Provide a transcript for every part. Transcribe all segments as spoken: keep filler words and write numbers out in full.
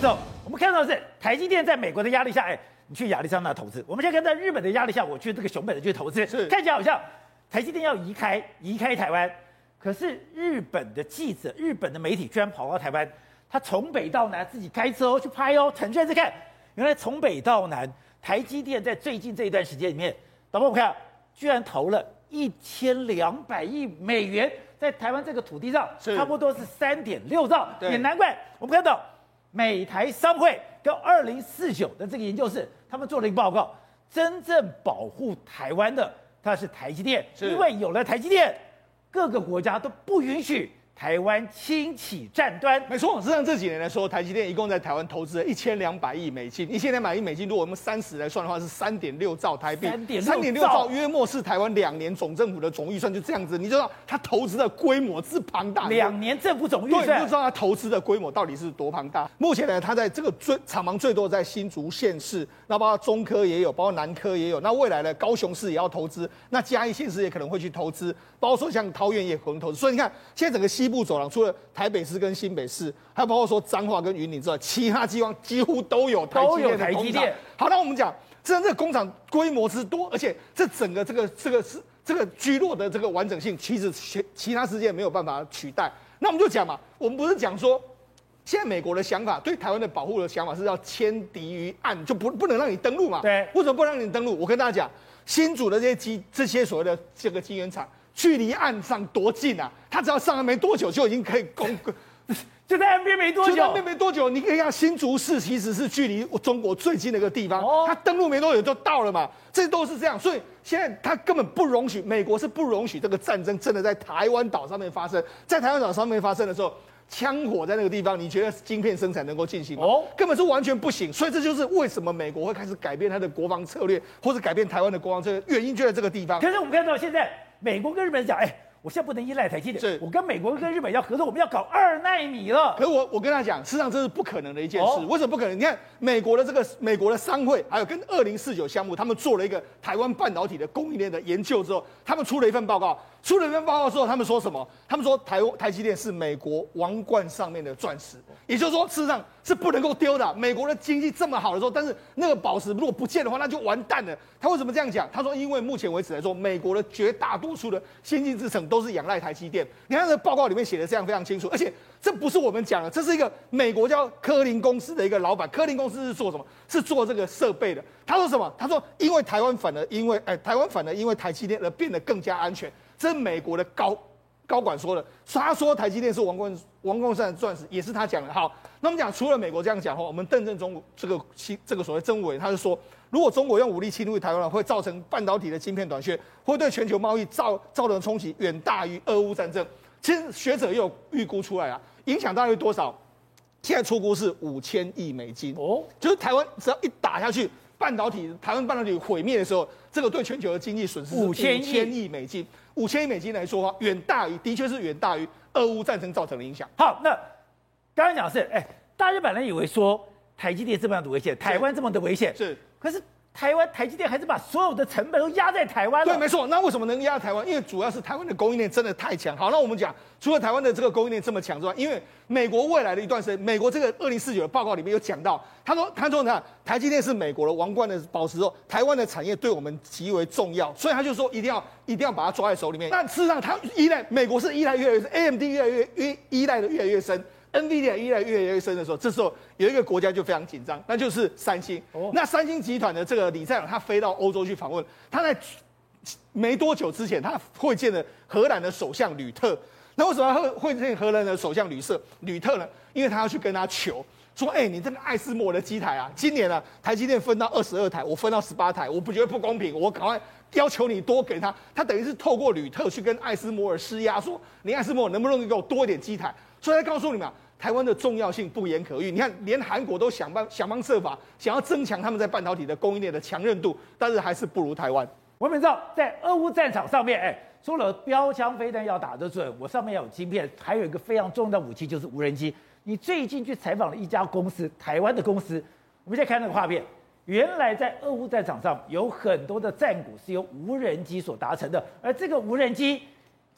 走，我们看到的是台积电在美国的压力下，哎，你去亚利桑那投资。我们现在看到日本的压力下，我去这个熊本的去投资， 是看起来好像台积电要移开移开台湾，可是日本的记者、日本的媒体居然跑到台湾，他从北到南自己开车哦去拍哦。陈先生看，原来从北到南，台积电在最近这一段时间里面，导播我们看，居然投了一千两百亿美元在台湾这个土地上，差不多是三点六兆，也难怪我们看到。美台商会跟二零四九的这个研究室，他们做了一个报告，真正保护台湾的，它是台积电，因为有了台积电，各个国家都不允许台湾轻启战端。 没错，实际上这几年来说，台积电一共在台湾投资了一千两百亿美金，一千两百亿美金，如果我们三十来算的话，是三点六兆台币，三点六兆约莫是台湾两年总政府的总预算，就这样子，你就知道它投资的规模之庞大。 两年政府总预算， 对，你就知道它投资的规模到底是多庞大。目前呢，它在这个最厂房最多在新竹县市，那包括中科也有，包括南科也有。那未来呢，高雄市也要投资，那嘉义县市也可能会去投资，包括说像桃园也可能投资。所以你看，现在整个西部走廊除了台北市跟新北市，还有包括说彰化跟云林之外，其他地方几乎都有台积电的工厂。好，那我们讲，这这个工厂规模之多，而且这整个这个这个是这个聚落的这个完整性，其实其其他世界没有办法取代。那我们就讲嘛，我们不是讲说，现在美国的想法对台湾的保护的想法是要牵敌于岸，就不不能让你登陆嘛。 对， 为什么不让你登陆？我跟大家讲，新竹的这些基这些所谓的这个晶圆厂。距离岸上多近啊！他只要上岸没多久，就已经可以攻， 就在岸边没多久， 就在岸边没多久。你可以看新竹市其实是距离中国最近的一个地方，哦、他登陆没多久就到了嘛，这都是这样。所以现在他根本不容许，美国是不容许这个战争真的在台湾岛上面发生。在台湾岛上面发生的时候，枪火在那个地方，你觉得晶片生产能够进行吗？哦，根本是完全不行。所以这就是为什么美国会开始改变它的国防策略，或者改变台湾的国防策略，原因就在这个地方。 可是我们看到现在。美国跟日本讲，哎，我现在不能依赖台积电，我跟美国跟日本要合作，我们要搞二奈米了。 可是我我跟他讲，事实上这是不可能的一件事。哦、为什么不可能？你看美国的这个美国的商会，还有跟二零四九项目，他们做了一个台湾半导体的供应链的研究之后，他们出了一份报告。出了一份报告之后，他们说什么？他们说台台积电是美国王冠上面的钻石，也就是说，事实上是不能够丢的。美国的经济这么好的时候，但是那个宝石如果不见的话，那就完蛋了。他为什么这样讲？他说，因为目前为止来说，美国的绝大多数的先进制程都是仰赖台积电。你看这个报告里面写的这样非常清楚，而且这不是我们讲的，这是一个美国叫科林公司的一个老板。科林公司是做什么？是做这个设备的。他说什么？他说，因为台湾反而因为哎，台湾反而因为台积电而变得更加安全。这是美国的高高管说的，他说台积电是王冠王冠上的钻石，也是他讲的。好，那我们讲除了美国这样讲后，我们邓正中这个这个所谓政务委员，他就说，如果中国用武力侵入台湾，会造成半导体的晶片短缺，会对全球贸易造造成冲击远大于俄乌战争。其实学者也有预估出来啊，影响大约多少？现在出估是五千亿美金哦，就是台湾只要一打下去。半导体，台湾半导体毁灭的时候，这个对全球的经济损失是五千亿美金。五千亿美金来说的话，远大于，的确是远大于俄乌战争造成的影响。 好，那刚刚讲的是，哎，大家本来以为说台积电这么样的危险，台湾这么的危险， 是， 可是台湾台积电还是把所有的成本都压在台湾了。 对，没错。那为什么能压在台湾？因为主要是台湾的供应链真的太强。好，那我们讲，除了台湾的这个供应链这么强之外，因为美国未来的一段时间，美国这个二零四九的报告里面有讲到，他说，他说呢，台积电是美国的王冠的宝石后，台湾的产业对我们极为重要，所以他就说一定要一定要把它抓在手里面。但事实上，他依赖美国是依赖越来越深 ，A M D 越来越越依赖的越来越深。NVIDIA 依赖越来越深的时候，这时候有一个国家就非常紧张，那就是三星。哦、那三星集团的这个李在镕，他飞到欧洲去访问，他在没多久之前，他会见了荷兰的首相吕特。那为什么要会见荷兰的首相吕特？吕特呢？因为他要去跟他求说，哎、欸，你这个艾斯摩的机台啊，今年啊，台积电分到二十二台，我分到十八台，我不觉得不公平，我赶快要求你多给他。他等于是透过吕特去跟艾斯摩尔施压，说你艾斯摩尔能不能给我多一点机台？所以他告诉你们啊，台湾的重要性不言可喻。你看，连韩国都想办想方设法想要增强他们在半导体的供应链的强韧度，但是还是不如台湾。 我们知道，在俄乌战场上面，哎，除了标枪飞弹要打得准，我上面要有晶片，还有一个非常重要的武器就是无人机。你最近去采访了一家公司，台湾的公司，我们现在看那个画面，原来在俄乌战场上有很多的战果是由无人机所达成的，而这个无人机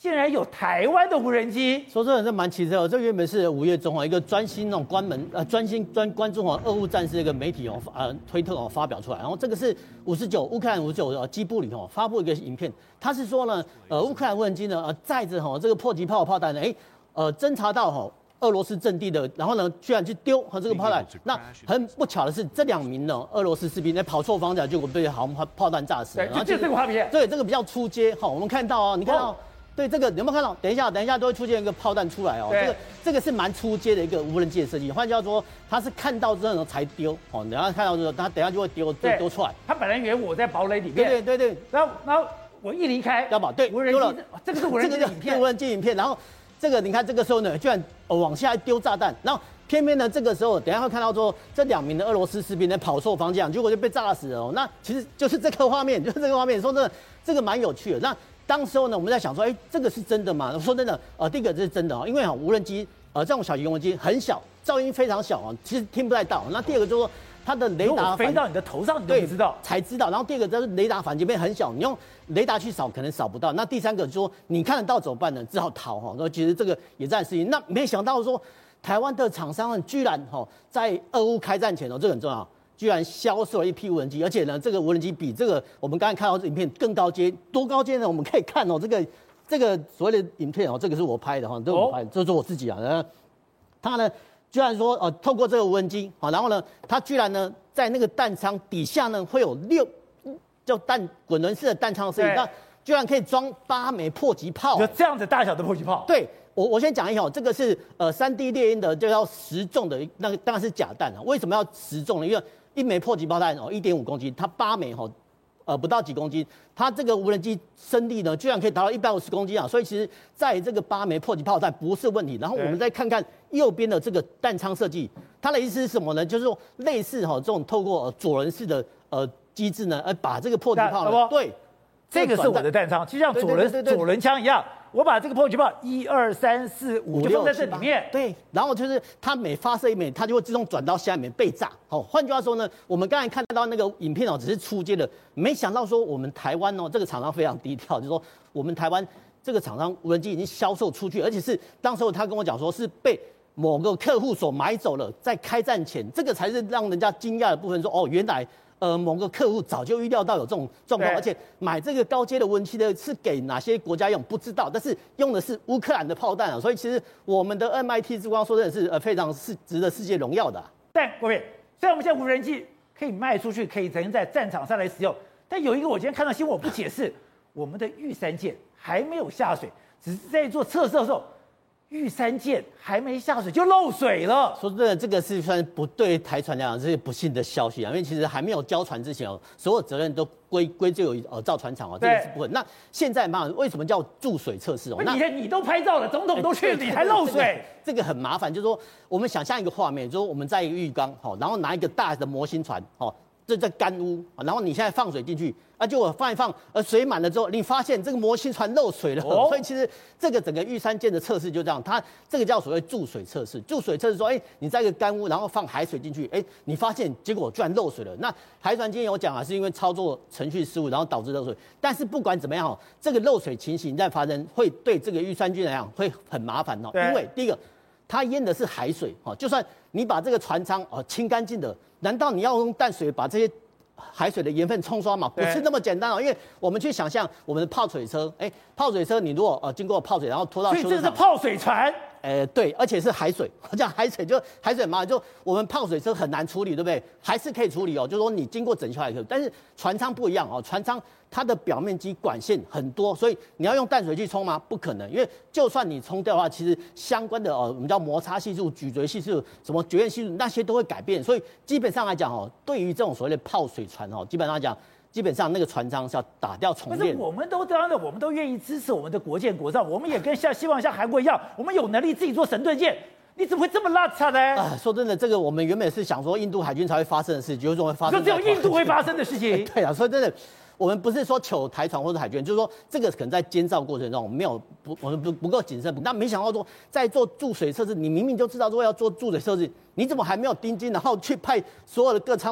竟然有台湾的无人机。 说真的，这蛮奇特哦。这原本是五月中啊，一个专心那种关门呃专心专关注哦俄乌战事一个媒体哦呃推特哦发表出来，然后这个是五十九乌克兰五十九呃基布里哦发布一个影片，他是说呢呃乌克兰无人机呢呃载着哈这个迫击炮炮弹呢哎呃侦察到哈。俄罗斯阵地的，然后呢，居然去丢和这个炮弹。那很不巧的是，这两名呢俄罗斯士兵在跑错方向，结果被航炮炮弹炸死了。 对，就这个画面。 对，这个比较出街哈。我们看到哦，你看到，对这个有没有看到？等一下，等一下都会出现一个炮弹出来哦。这个这个是蛮出街的一个无人机的设计。换句话说，他是看到之后才丢哦。等下看到之后，他等下就会丢丢丢出来。 他本来以为我在堡垒里面。 对对对对。 然后然后我一离开， 要把对无人机，这个是无人机的影片， 无人机影片，然后。这个你看，这个时候呢，居然往下丢炸弹，然后偏偏呢，这个时候等一下会看到说，这两名的俄罗斯士兵呢跑错方向，结果就被炸死了哦。那其实就是这个画面，就是这个画面。说真的，这个蛮有趣的。那当时候呢，我们在想说，哎，这个是真的吗？说真的，呃，第一个这是真的哦，因为啊，无人机呃这种小型无人机很小，噪音非常小啊，其实听不太到。那第二个就是说。它的雷达飞到你的头上，你都不知道， 才知道。然后第二个就是雷达反击面很小，你用雷达去扫可能扫不到。那第三个就是说你看得到怎么办呢？只好逃哈。那其实这个也在事情。那没想到说台湾的厂商们居然哈在俄乌开战前哦，这个很重要，居然销售了一批无人机，而且呢这个无人机比这个我们刚才看到这影片更高阶，多高阶呢？我们可以看哦，这个这个所谓的影片哦，这个是我拍的哈，这是我拍的，这是我自己啊。然后他呢？居然说，呃，透过这个无人机，好，然后呢，它居然呢，在那个弹仓底下呢，会有六，就弹滚轮式的弹仓设计，那居然可以装八枚迫击炮， 有这样子大小的迫击炮。 对，我我先讲一下，这个是呃三 D 猎鹰的，就要实重的，那个当然是假弹啊。为什么要实重呢？因为一枚迫击炮弹哦，一点五公斤，它八枚哈。呃，不到几公斤，它这个无人机升力呢，居然可以达到一百五十公斤啊！所以其实在这个八枚迫击炮弹不是问题。然后我们再看看右边的这个弹仓设计，它的意思是什么呢？就是说类似哈、哦、这种透过、呃、左轮式的呃机制呢，而把这个迫击炮呢，对， 这个是我的弹仓，就像左轮左轮枪一样。我把这个迫击炮一二三四五就放在这里面， 对，然后就是它每发射一枚，它就会自动转到下面被炸。好，换句话说呢，我们刚才看到那个影片哦，只是初阶的，没想到说我们台湾哦，这个厂商非常低调，就是说我们台湾这个厂商无人机已经销售出去，而且是当时候他跟我讲说是被某个客户所买走了，在开战前，这个才是让人家惊讶的部分。说哦，原来。呃，某个客户早就预料到有这种状况，而且买这个高阶的无人机的是给哪些国家用不知道，但是用的是乌克兰的炮弹啊，所以其实我们的 M I T 之光说真的是呃非常是值得世界荣耀的、啊。 但各位，虽然我们现在无人机可以卖出去，可以曾经在战场上来使用，但有一个我今天看到新闻，我不解释，我们的玉山舰还没有下水，只是在做测试的时候。玉山舰还没下水就漏水了。 说真的，这个是算不对台船来讲这是不幸的消息啊，因为其实还没有交船之前哦，所有责任都归归咎于呃造船厂哦，这个是不会。那现在嘛，为什么叫注水测试哦？ 那你你都拍照了，总统都去了，你还漏水， 这个很麻烦。就是说，我们想象一个画面，就是我们在一个浴缸好，然后拿一个大的模型船好。这在干屋，然后你现在放水进去，啊，结果放一放，呃，水满了之后，你发现这个模型船漏水了，哦、所以其实这个整个玉山舰的测试就这样，它这个叫所谓注水测试。注水测试说，哎，你在一个干屋，然后放海水进去，哎，你发现结果居然漏水了。那海船今天有讲啊，是因为操作程序失误，然后导致漏水。但是不管怎么样哦，这个漏水情形在发生，会对这个玉山舰来讲会很麻烦哦，因为第一个。它淹的是海水，哈，就算你把这个船舱哦清干净的，难道你要用淡水把这些海水的盐分冲刷吗？不是那么简单哦，因为我们去想象我们的泡水车，哎，泡水车你如果呃经过泡水，然后拖到， 所以这是泡水船。 呃，对，而且是海水，我讲海水就海水嘛，就我们泡水车很难处理，对不对？还是可以处理哦，就是说你经过整修还可以，但是船舱不一样哦，船舱它的表面积管线很多，所以你要用淡水去冲吗？不可能，因为就算你冲掉的话，其实相关的哦，我们叫摩擦系数、咀嚼系数、什么绝缘系数那些都会改变，所以基本上来讲哦，对于这种所谓的泡水船哦，基本上来讲。基本上那个船舱是要打掉重练。 可是我们都当然，我们都愿意支持我们的国建国造，我们也跟像希望像韩国一样，我们有能力自己做神盾舰。你怎么会这么拉差呢？ 啊，说真的，这个我们原本是想说印度海军才会发生的事，结果会发生。 就只有印度会发生的事情。 对啊，所以真的，我们不是说求台船或者海军，就是说这个可能在监造过程中没有不我们不不够谨慎，但没想到说在做注水测试，你明明就知道说要做注水测试，你怎么还没有盯紧，然后去派所有的各参观？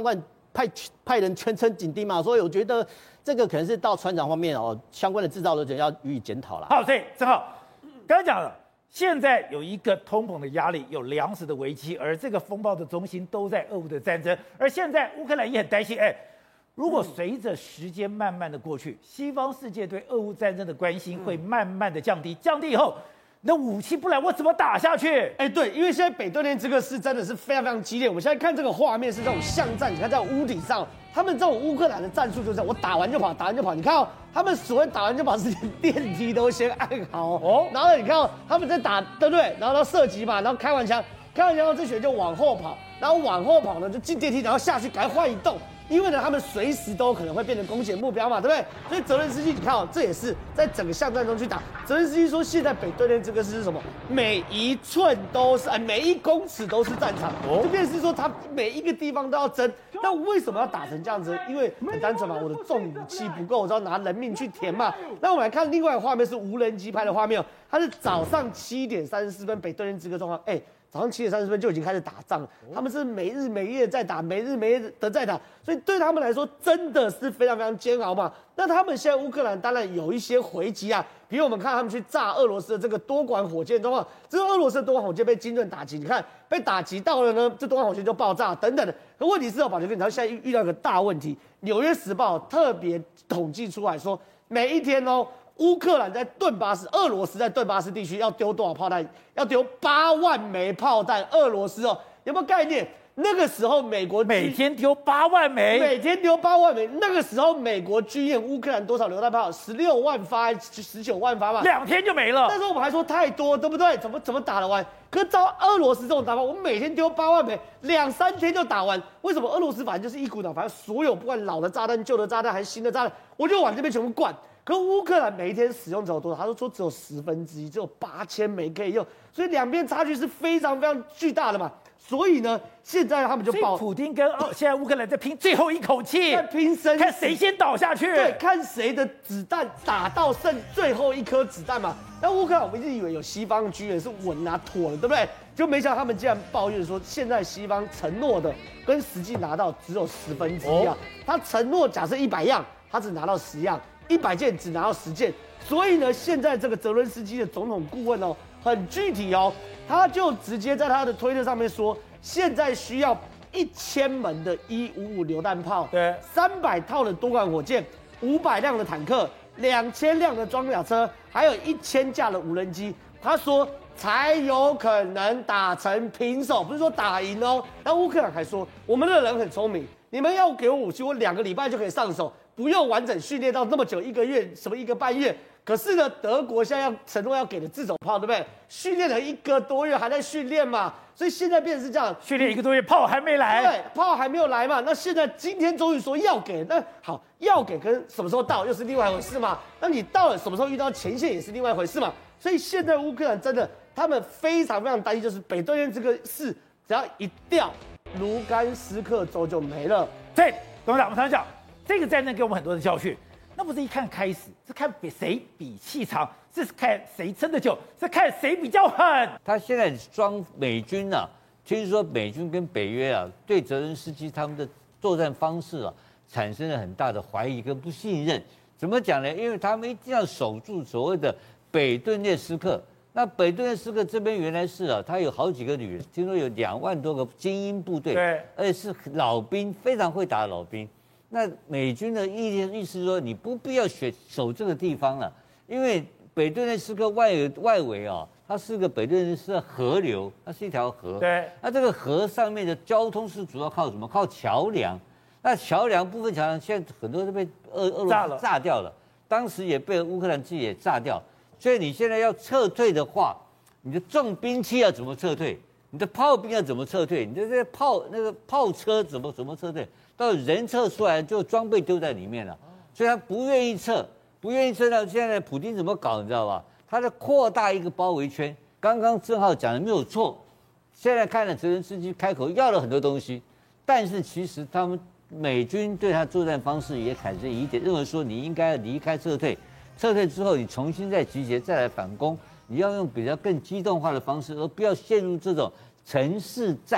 派派人全程紧盯嘛，所以我觉得这个可能是到船厂方面哦，相关的制造的人要予以检讨了。 好，所以正好刚才讲了，现在有一个通膨的压力，有粮食的危机，而这个风暴的中心都在俄乌的战争，而现在乌克兰也很担心，哎，如果随着时间慢慢的过去，西方世界对俄乌战争的关心会慢慢的降低，降低以后。那武器不来，我怎么打下去？ 哎，对，因为现在北顿涅这个是真的是非常非常激烈。我们现在看这个画面是这种巷战，你看在屋顶上，他们这种乌克兰的战术就是这样，我打完就跑，打完就跑。你看哦，他们所谓打完就跑是连电梯都先按好哦，然后你看哦，他们在打，对不对？然后到射击嘛，然后开完枪，开完枪后这群人就往后跑，然后往后跑呢就进电梯，然后下去赶快换一栋。因为呢，他们随时都可能会变成攻击目标嘛，对不对？所以泽伦斯基，你看哦，这也是在整个巷战中去打。泽伦斯基说，现在北顿涅这个是什么？每一寸都是，哎，每一公尺都是战场。哦，就变成是说，他每一个地方都要争。那为什么要打成这样子？因为很单纯嘛，我的重武器不够，我就要拿人命去填嘛。那我们来看另外一个画面，是无人机拍的画面哦，它是早上七点三十四分，北顿涅这个状况，哎。早上七点三十分就已经开始打仗了，他们是每日每夜在打，每日每夜的在打，所以对他们来说真的是非常非常煎熬嘛。那他们现在乌克兰当然有一些回击啊，比如我们看他们去炸俄罗斯的这个多管火箭状况，这个俄罗斯的多管火箭被精准打击，你看被打击到了呢，这多管火箭就爆炸等等的。可问题是哦，宝杰哥，你知道现在遇到一个大问题，《纽约时报》特别统计出来说，每一天哦。乌克兰在顿巴斯，俄罗斯在顿巴斯地区要丢多少炮弹？要丢八万枚炮弹。俄罗斯哦，有没有概念？那个时候美国每天丢八万枚， 每天丢八万枚。那个时候美国军演乌克兰多少榴弹炮？十六万发，十九万发吧， 两天就没了。 那时候我们还说太多，对不对？怎么怎么打得完？可照俄罗斯这种打法，我们每天丢八万枚，两三天就打完。为什么？俄罗斯反正就是一股脑，反正所有不管老的炸弹、旧的炸弹还是新的炸弹，我就往这边全部灌。可乌克兰每一天使用只有多少？他说只有十分之一，只有八千枚可以用，所以两边差距是非常非常巨大的嘛。所以呢，现在他们就爆， 普丁跟哦，现在乌克兰在拼最后一口气， 在拼生死， 看谁先倒下去。 对，看谁的子弹打到剩最后一颗子弹嘛。那乌克兰我们一直以为有西方军人是稳啊妥了，对不对？就没想到他们竟然抱怨说，现在西方承诺的跟实际拿到只有十分之一啊。他承诺假设一百样，他只拿到十样。一百件只拿到十件，所以呢，现在这个泽伦斯基的总统顾问哦，很具体哦，他就直接在他的推特上面说，现在需要一千门的一五五榴弹炮， 对， 三百套的多管火箭，五百辆的坦克，两千辆的装甲车，还有一千架的无人机。他说才有可能打成平手，不是说打赢哦。那乌克兰还说，我们的人很聪明，你们要给我武器，我两个礼拜就可以上手。不用完整训练到那么久，一个月什么一个半月。可是呢，德国现在要承诺要给的自走炮，对不对？训练了一个多月，还在训练嘛，所以现在变成是这样， 训练一个多月，炮还没来， 对，炮还没有来嘛。那现在今天终于说要给，那好，要给跟什么时候到又是另外一回事嘛。那你到了什么时候遇到前线也是另外一回事嘛。所以现在乌克兰真的，他们非常非常担心，就是北顿涅这个事，只要一掉，卢甘斯克州就没了。 对，董事长，我们常常讲。这个战争给我们很多的教训，那不是一看开始，是看比谁比气长，是看谁撑得久，是看谁比较狠。 他现在装美军啊，听说美军跟北约啊，对泽连斯基他们的作战方式啊，产生了很大的怀疑跟不信任。怎么讲呢？因为他们一定要守住所谓的北顿涅斯克。那北顿涅斯克这边原来是啊，他有好几个旅，听说有两万多个精英部队， 对， 而且是老兵，非常会打的老兵。那美军的意意思说，你不必要选守这个地方了，因为北顿涅斯克外外围啊，它是个北顿涅斯克河流，它是一条河。 对。 那这个河上面的交通是主要靠什么？靠桥梁。那桥梁部分桥梁现在很多都被俄俄罗斯炸掉了，当时也被乌克兰自己也炸掉。所以你现在要撤退的话，你的重兵器要怎么撤退？你的炮兵要怎么撤退？你的这些炮那个炮车怎么怎么撤退？到人撤出来就装备丢在里面了，所以他不愿意撤，不愿意撤到现在普丁怎么搞，你知道吧？他在扩大一个包围圈。刚刚正浩讲的没有错，现在看了泽连斯基开口要了很多东西，但是其实他们美军对他作战方式也产生疑点，认为说你应该离开撤退，撤退之后你重新再集结再来反攻，你要用比较更机动化的方式，而不要陷入这种城市战。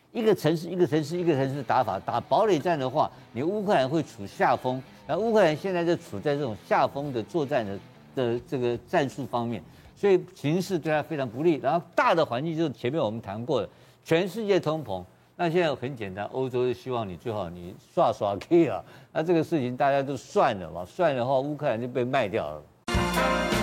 一个城市一个城市一个城市打法，打堡垒战的话，你乌克兰会处下风，然后乌克兰现在就处在这种下风的作战的的这个战术方面，所以形势对他非常不利。然后大的环境就是前面我们谈过的，全世界通膨。那现在很简单，欧洲就希望你最好你刷刷 K 啊，那这个事情大家都算了嘛，算的话乌克兰就被卖掉了。